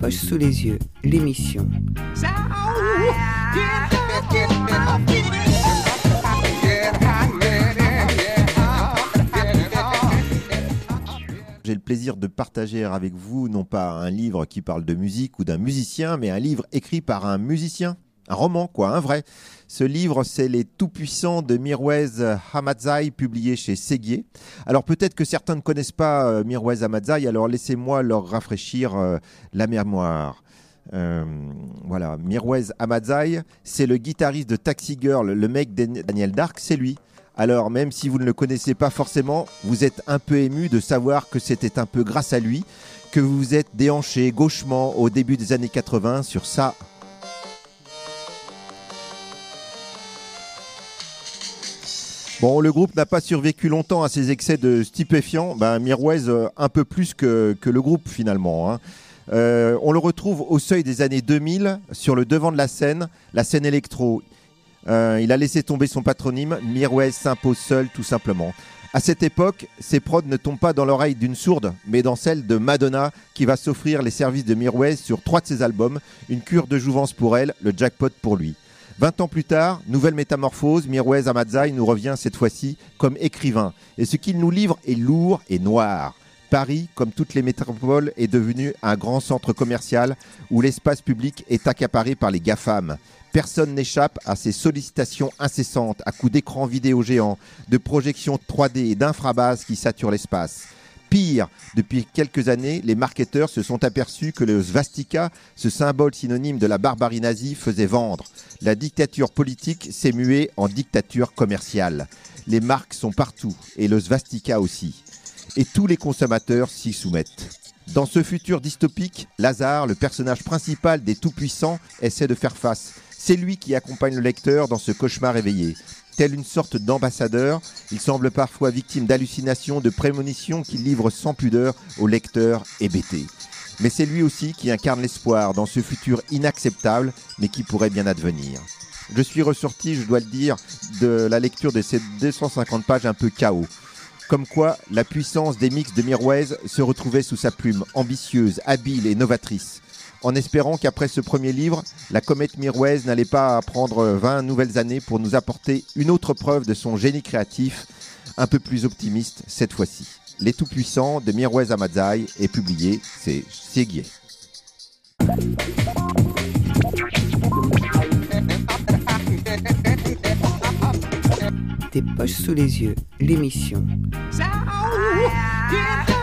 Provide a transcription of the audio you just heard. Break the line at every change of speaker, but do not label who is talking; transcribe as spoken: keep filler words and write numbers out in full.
poches sous les yeux, l'émission.
J'ai le plaisir de partager avec vous non pas un livre qui parle de musique ou d'un musicien, mais un livre écrit par un musicien, un roman quoi, un vrai. Ce livre, c'est Les Tout-Puissants de Mirwais Ahmadzai, publié chez Séguier. Alors peut-être que certains ne connaissent pas euh, Mirwais Ahmadzai, alors laissez-moi leur rafraîchir euh, la mémoire. Euh, voilà, Mirwais Ahmadzai, c'est le guitariste de Taxi Girl, le mec de Daniel Dark, c'est lui. Alors même si vous ne le connaissez pas forcément, vous êtes un peu ému de savoir que c'était un peu grâce à lui que vous vous êtes déhanché gauchement au début des années quatre-vingts sur ça. Bon, le groupe n'a pas survécu longtemps à ces excès de stupéfiants. Ben, Mirwais, euh, un peu plus que, que le groupe finalement. Hein. Euh, on le retrouve au seuil des années deux mille, sur le devant de la scène, la scène électro. Euh, il a laissé tomber son patronyme, Mirwais s'impose seul tout simplement. À cette époque, ses prods ne tombent pas dans l'oreille d'une sourde, mais dans celle de Madonna, qui va s'offrir les services de Mirwais sur trois de ses albums, une cure de jouvence pour elle, le jackpot pour lui. Vingt ans plus tard, nouvelle métamorphose, Mirwais Ahmadzai nous revient cette fois-ci comme écrivain. Et ce qu'il nous livre est lourd et noir. Paris, comme toutes les métropoles, est devenu un grand centre commercial où l'espace public est accaparé par les GAFAM. Personne n'échappe à ces sollicitations incessantes à coups d'écran vidéo géant, de projections trois D et d'infrabases qui saturent l'espace. Pire, depuis quelques années, les marketeurs se sont aperçus que le svastika, ce symbole synonyme de la barbarie nazie, faisait vendre. La dictature politique s'est muée en dictature commerciale. Les marques sont partout, et le svastika aussi. Et tous les consommateurs s'y soumettent. Dans ce futur dystopique, Lazare, le personnage principal des Tout-Puissants, essaie de faire face. C'est lui qui accompagne le lecteur dans ce cauchemar éveillé. Tel une sorte d'ambassadeur, il semble parfois victime d'hallucinations, de prémonitions qu'il livre sans pudeur au lecteur hébété. Mais c'est lui aussi qui incarne l'espoir dans ce futur inacceptable, mais qui pourrait bien advenir. Je suis ressorti, je dois le dire, de la lecture de ces deux cent cinquante pages un peu K O. Comme quoi, la puissance des mix de Mirwais se retrouvait sous sa plume, ambitieuse, habile et novatrice. En espérant qu'après ce premier livre, la comète Mirwais n'allait pas prendre vingt nouvelles années pour nous apporter une autre preuve de son génie créatif, un peu plus optimiste cette fois-ci. Les Tout-Puissants de Mirwais Ahmadzai est publié, c'est Séguier.
Tes poches sous les yeux, l'émission.
So, yeah.